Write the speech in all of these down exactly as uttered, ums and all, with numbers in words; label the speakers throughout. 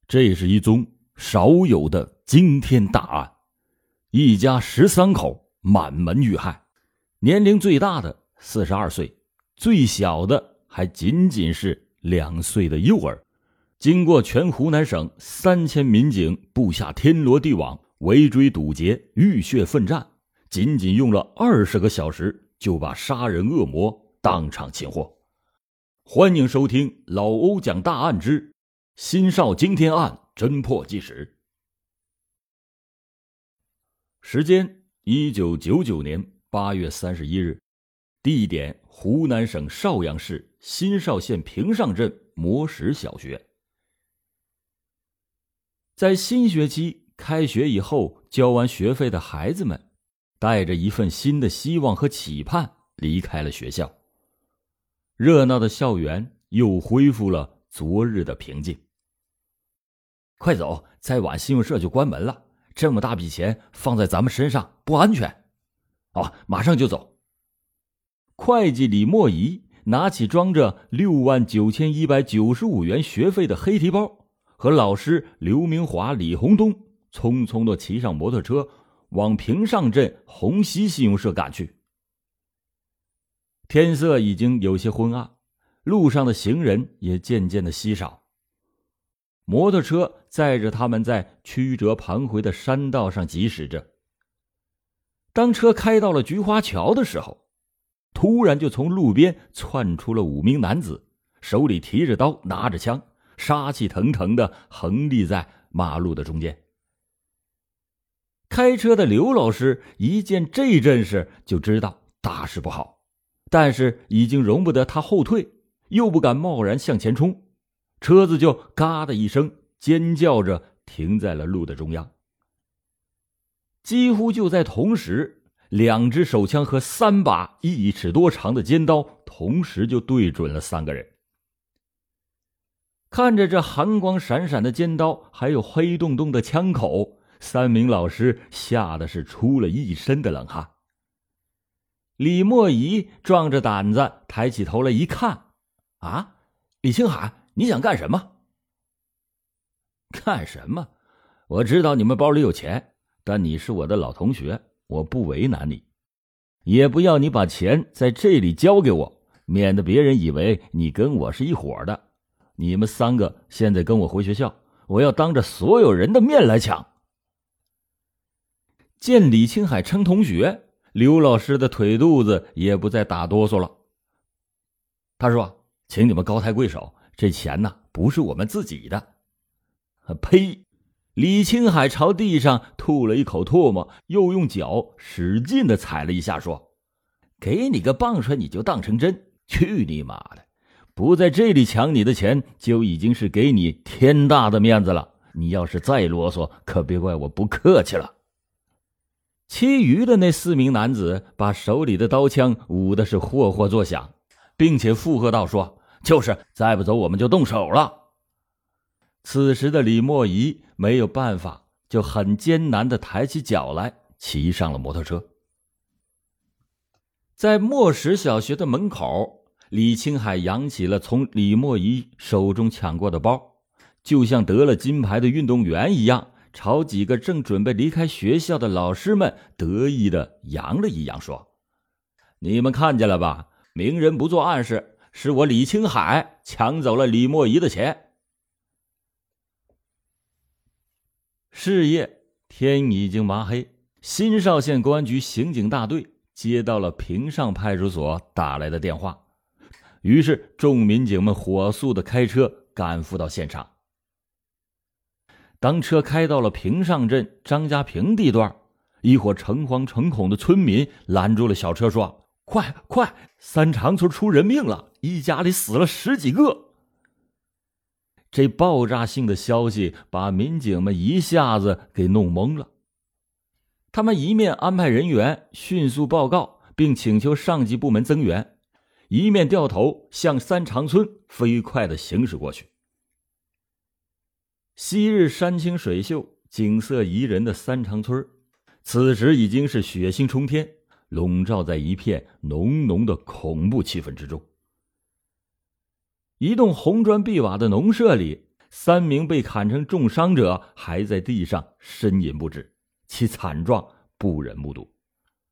Speaker 1: 这是一宗少有的惊天大案，一家十三口满门遇害，年龄最大的四十二岁，最小的还仅仅是两岁的幼儿。经过全湖南省三千民警布下天罗地网，围追堵截，浴血奋战，仅仅用了二十个小时就把杀人恶魔当场擒获。欢迎收听老欧讲大案之新少惊天案侦破纪实。时间一九九九年八月三十一日，地点湖南省邵阳市新邵县平上镇磨石小学。在新学期开学以后，交完学费的孩子们带着一份新的希望和期盼离开了学校。热闹的校园又恢复了昨日的平静。快走，再晚信用社就关门了，这么大笔钱放在咱们身上不安全。哦，马上就走。会计李莫仪拿起装着六万九千一百九十五元学费的黑提包，和老师刘明华、李洪东匆匆地骑上摩托车往平上镇红溪信用社赶去。天色已经有些昏暗，路上的行人也渐渐的稀少。摩托车载着他们在曲折盘回的山道上疾驶着。当车开到了菊花桥的时候，突然就从路边窜出了五名男子，手里提着刀，拿着枪，杀气腾腾的横立在马路的中间。开车的刘老师一见这阵势就知道大事不好，但是已经容不得他后退，又不敢贸然向前冲，车子就嘎的一声尖叫着停在了路的中央。几乎就在同时，两支手枪和三把一尺多长的尖刀同时就对准了三个人。看着这寒光闪闪的尖刀还有黑洞洞的枪口，三名老师吓得是出了一身的冷汗。李莫仪壮着胆子抬起头来一看，啊，李青海，你想干什么？干什么？我知道你们包里有钱，但你是我的老同学，我不为难你，也不要你把钱在这里交给我，免得别人以为你跟我是一伙的。你们三个现在跟我回学校，我要当着所有人的面来抢。见李青海称同学，刘老师的腿肚子也不再打哆嗦了。他说，请你们高抬贵手，这钱呢，不是我们自己的。呸！李青海朝地上吐了一口唾沫，又用脚使劲地踩了一下，说，给你个棒槌你就当成真，去你妈的！不在这里抢你的钱，就已经是给你天大的面子了，你要是再啰嗦，可别怪我不客气了。其余的那四名男子把手里的刀枪舞的是霍霍作响，并且附和道说，就是再不走我们就动手了。此时的李莫仪没有办法，就很艰难地抬起脚来，骑上了摩托车。在磨石小学的门口，李青海扬起了从李莫仪手中抢过的包，就像得了金牌的运动员一样，朝几个正准备离开学校的老师们得意地扬了一扬，说，你们看见了吧，明人不做暗事，是我李青海抢走了李莫仪的钱。是夜，天已经麻黑，新邵县公安局刑警大队接到了平上派出所打来的电话，于是众民警们火速地开车赶赴到现场。当车开到了平上镇张家坪地段，一伙诚惶诚恐的村民拦住了小车，说，快快，三长村出人命了，一家里死了十几个。这爆炸性的消息把民警们一下子给弄懵了。他们一面安排人员迅速报告，并请求上级部门增援，一面掉头向三长村飞快地行驶过去。昔日山清水秀、景色宜人的三长村，此时已经是血腥冲天，笼罩在一片浓浓的恐怖气氛之中。一栋红砖碧瓦的农舍里， 三名被砍成重伤者还在地上呻吟不止，其惨状不忍目睹。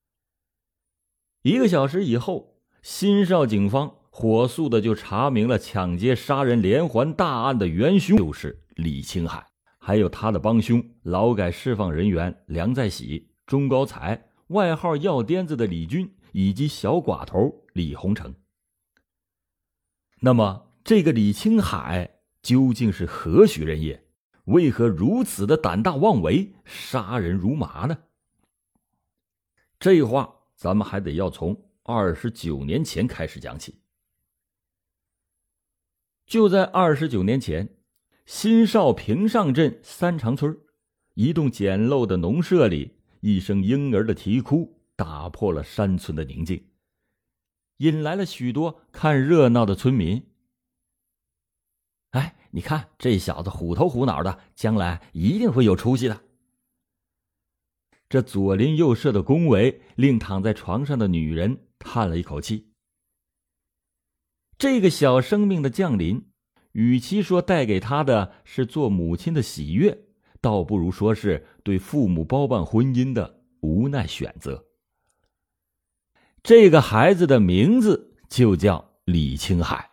Speaker 1: 一个小时以后，新邵警方火速的就查明了抢劫杀人连环大案的元凶就是李青海，还有他的帮凶劳改释放人员梁在喜、钟高才，外号药颠子的李军，以及小寡头李洪成。那么这个李青海究竟是何许人也？为何如此的胆大妄为，杀人如麻呢？这话咱们还得要从二十九年前开始讲起。就在二十九年前，新邵平上镇三长村一栋简陋的农舍里，一声婴儿的啼哭打破了山村的宁静，引来了许多看热闹的村民。哎，你看这小子虎头虎脑的，将来一定会有出息的。这左邻右舍的恭维令躺在床上的女人叹了一口气。这个小生命的降临，与其说带给他的是做母亲的喜悦，倒不如说是对父母包办婚姻的无奈选择。这个孩子的名字就叫李青海。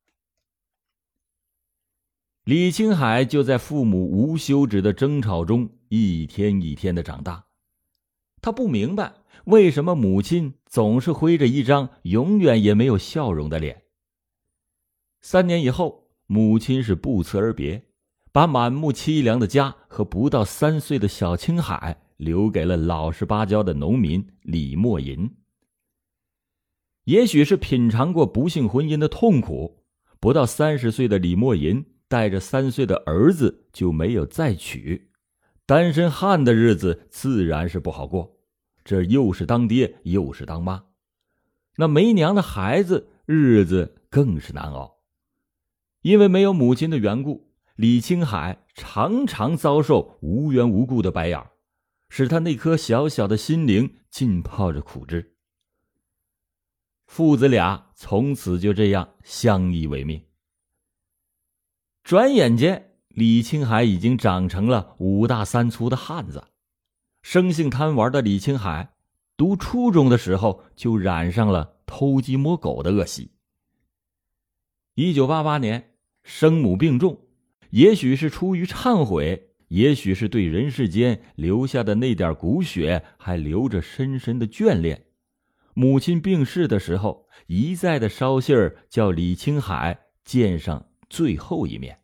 Speaker 1: 李青海就在父母无休止的争吵中一天一天的长大。他不明白为什么母亲总是挥着一张永远也没有笑容的脸。三年以后，母亲是不辞而别，把满目凄凉的家和不到三岁的小青海留给了老实巴交的农民李默吟。也许是品尝过不幸婚姻的痛苦，不到三十岁的李默吟带着三岁的儿子就没有再娶，单身汉的日子自然是不好过，这又是当爹又是当妈，那没娘的孩子日子更是难熬。因为没有母亲的缘故，李青海常常遭受无缘无故的白眼，使他那颗小小的心灵浸泡着苦汁。父子俩从此就这样相依为命。转眼间，李青海已经长成了五大三粗的汉子。生性贪玩的李青海，读初中的时候就染上了偷鸡摸狗的恶习。一九八八年，生母病重，也许是出于忏悔，也许是对人世间留下的那点骨血还留着深深的眷恋，母亲病逝的时候，一再的捎信儿叫李青海见上最后一面。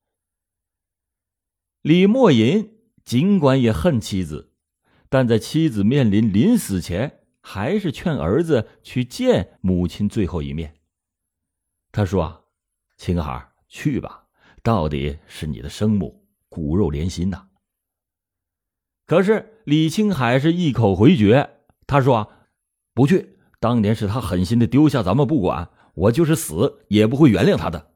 Speaker 1: 李默吟尽管也恨妻子，但在妻子面临临死前，还是劝儿子去见母亲最后一面。他说：青海，去吧，到底是你的生母，骨肉连心呐。可是李青海是一口回绝，他说：不去，当年是他狠心的丢下咱们不管，我就是死也不会原谅他的。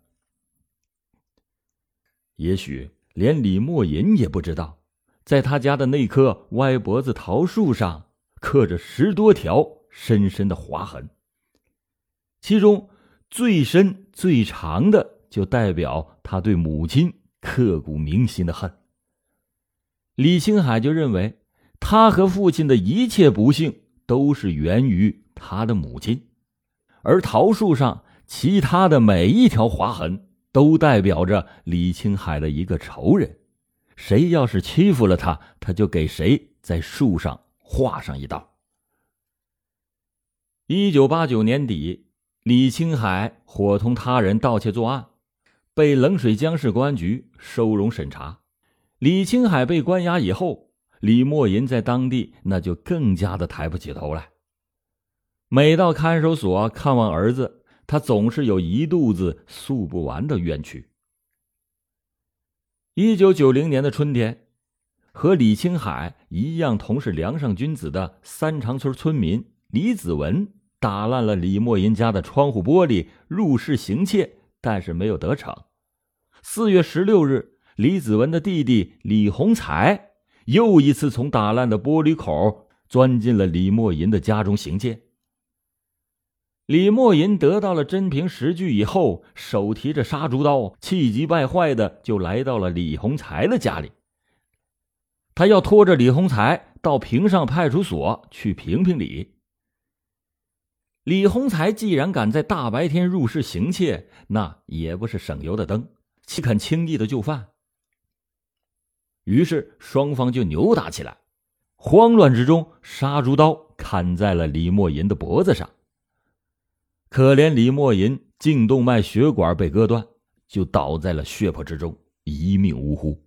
Speaker 1: 也许连李默吟也不知道，在他家的那棵歪脖子桃树上刻着十多条深深的划痕，其中最深最长的就代表他对母亲刻骨铭心的恨。李青海就认为他和父亲的一切不幸都是源于他的母亲，而桃树上其他的每一条划痕都代表着李青海的一个仇人，谁要是欺负了他，他就给谁在树上划上一刀。一九八九年底，李青海伙同他人盗窃作案，被冷水江市公安局收容审查。李青海被关押以后，李默吟在当地那就更加的抬不起头来。每到看守所看望儿子，他总是有一肚子诉不完的冤屈。一九九零年的春天，和李青海一样同是梁上君子的三长村村民李子文打烂了李默吟家的窗户玻璃，入室行窃，但是没有得逞。四月十六日，李子文的弟弟李洪才又一次从打烂的玻璃口钻进了李默吟的家中行窃。 李默吟得到了真凭实据以后，手提着杀猪刀，气急败坏的就来到了李洪才的家里。他要拖着李洪才到平上派出所去评评理。李洪才既然敢在大白天入室行窃，那也不是省油的灯，岂肯轻易的就范？于是双方就扭打起来，慌乱之中，杀猪刀砍在了李默吟的脖子上。可怜李默吟颈动脉血管被割断，就倒在了血泊之中，一命呜呼。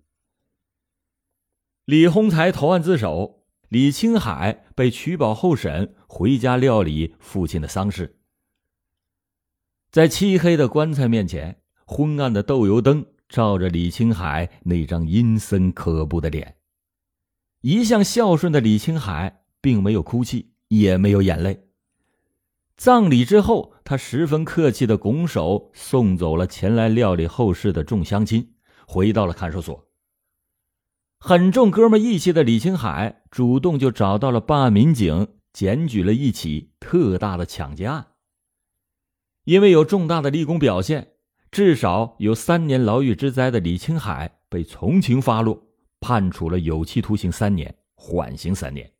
Speaker 1: 李洪才投案自首，李青海被取保候审，回家料理父亲的丧事。在漆黑的棺材面前，昏暗的豆油灯照着李青海那张阴森可怖的脸。一向孝顺的李青海并没有哭泣，也没有眼泪。葬礼之后，他十分客气地拱手送走了前来料理后事的众乡亲，回到了看守所。很重哥们义气的李青海主动就找到了办案民警，检举了一起特大的抢劫案。因为有重大的立功表现，至少有三年牢狱之灾的李青海被从轻发落，判处了有期徒刑三年，缓刑三年。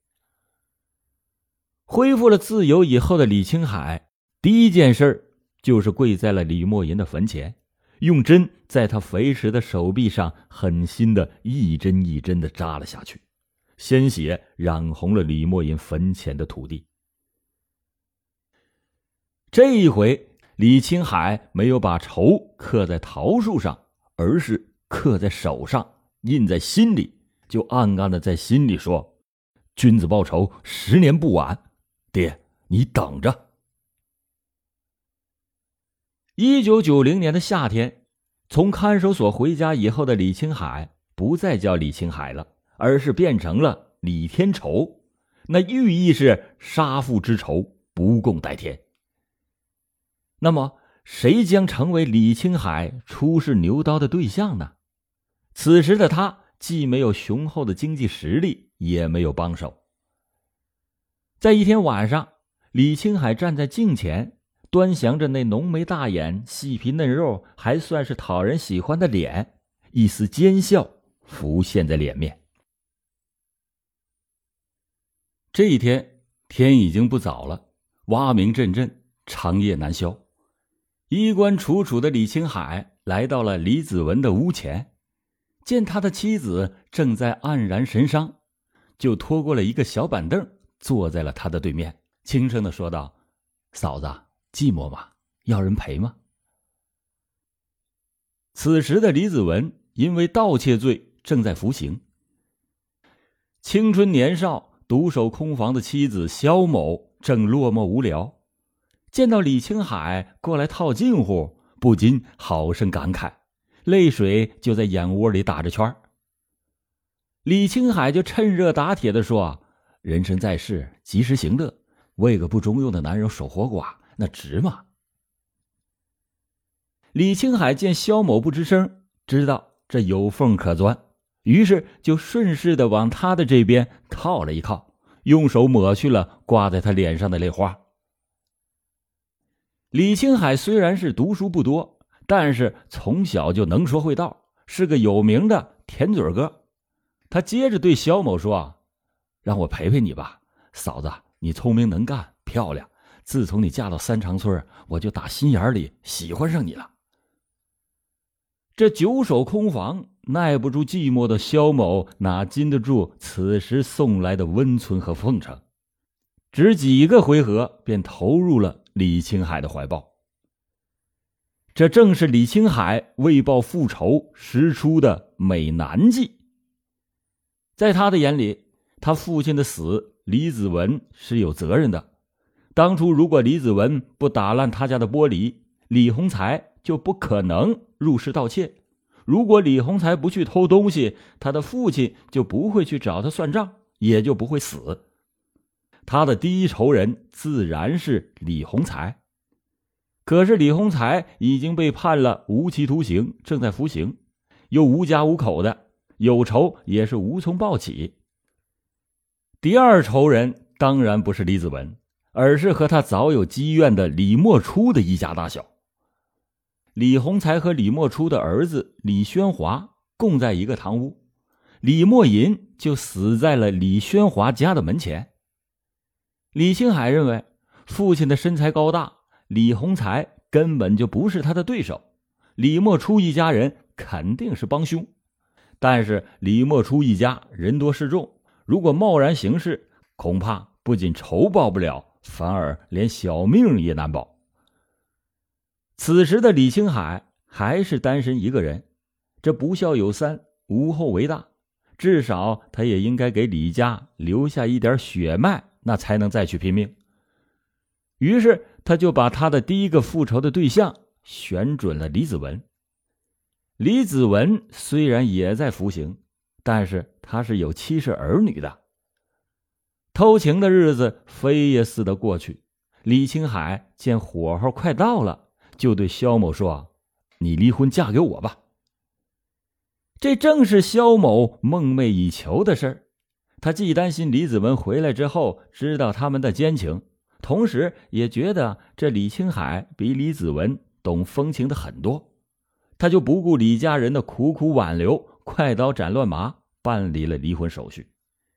Speaker 1: 恢复了自由以后的李青海，第一件事就是跪在了李默吟的坟前，用针在他肥实的手臂上狠心的一针一针的扎了下去，鲜血染红了李默吟坟前的土地。这一回，李青海没有把仇刻在桃树上，而是刻在手上，印在心里，就暗暗的在心里说：君子报仇，十年不晚，爹，你等着。一九九零年的夏天，从看守所回家以后的李青海不再叫李青海了，而是变成了李天仇，那寓意是杀父之仇，不共戴天。那么谁将成为李青海出仕牛刀的对象呢？此时的他既没有雄厚的经济实力，也没有帮手。在一天晚上，李青海站在镜前，端详着那浓眉大眼、细皮嫩肉，还算是讨人喜欢的脸，一丝奸笑浮现在脸面。这一天天已经不早了，蛙鸣阵阵，长夜难消。衣冠楚楚的李青海来到了李子文的屋前，见他的妻子正在黯然神伤，就拖过了一个小板凳，坐在了他的对面，轻声地说道：嫂子，寂寞吗？要人陪吗？此时的李子文因为盗窃罪正在服刑。青春年少独守空房的妻子肖某正落寞无聊，见到李青海过来套近乎，不禁好生感慨，泪水就在眼窝里打着圈。李青海就趁热打铁地说：人生在世，及时行乐，为个不中用的男人守活寡，那值吗？李青海见肖某不吱声，知道这有缝可钻，于是就顺势的往他的这边靠了一靠，用手抹去了挂在他脸上的泪花。李青海虽然是读书不多，但是从小就能说会道，是个有名的甜嘴哥。他接着对肖某说：让我陪陪你吧，嫂子，你聪明能干，漂亮，自从你嫁到三长村，我就打心眼里喜欢上你了。这久守空房耐不住寂寞的肖某哪经得住此时送来的温存和奉承，只几个回合便投入了李青海的怀抱。这正是李青海为报复仇实出的美男计。在他的眼里，他父亲的死，李子文是有责任的。当初如果李子文不打烂他家的玻璃，李洪才就不可能入室盗窃。如果李洪才不去偷东西，他的父亲就不会去找他算账，也就不会死。他的第一仇人自然是李洪才。可是李洪才已经被判了无期徒刑，正在服刑，又无家无口的，有仇也是无从报起。第二仇人当然不是李子文， 而是和他早有积怨的李莫初的一家大小。李洪才和李莫初的儿子李宣华共在一个堂屋，李莫银就死在了李宣华家的门前。李青海认为父亲的身材高大，李洪才根本就不是他的对手，李莫初一家人肯定是帮凶。但是李莫初一家人多势众，如果贸然行事，恐怕不仅仇报不了，反而连小命也难保。此时的李青海还是单身一个人，这不孝有三，无后为大，至少他也应该给李家留下一点血脉，那才能再去拼命。于是他就把他的第一个复仇的对象选准了李子文。李子文虽然也在服刑，但是他是有妻室儿女的。偷情的日子飞也似的过去，李青海见火候快到了，就对萧某说：“你离婚嫁给我吧。”这正是萧某梦寐以求的事儿。他既担心李子文回来之后知道他们的奸情，同时也觉得这李青海比李子文懂风情的很多，他就不顾李家人的苦苦挽留，快刀斩乱麻，办理了离婚手续。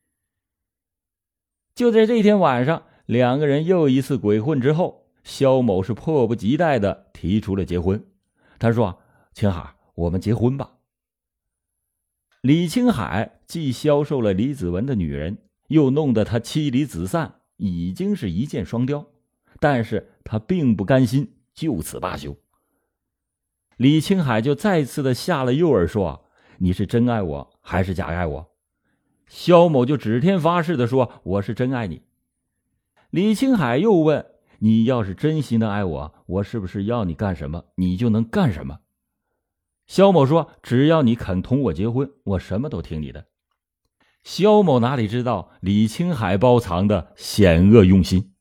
Speaker 1: 就在这天晚上，两个人又一次鬼混之后，萧某是迫不及待地提出了结婚。他说：“青海，我们结婚吧。”李青海既销售了李子文的女人，又弄得他妻离子散，已经是一箭双雕，但是他并不甘心就此罢休。李青海就再次的下了诱饵，说：“你是真爱我还是假爱我？”萧某就指天发誓的说：“我是真爱你。”李青海又问：“你要是真心的爱我，我是不是要你干什么你就能干什么？”萧某说：“只要你肯同我结婚，我什么都听你的。”萧某哪里知道李青海包藏的险恶用心。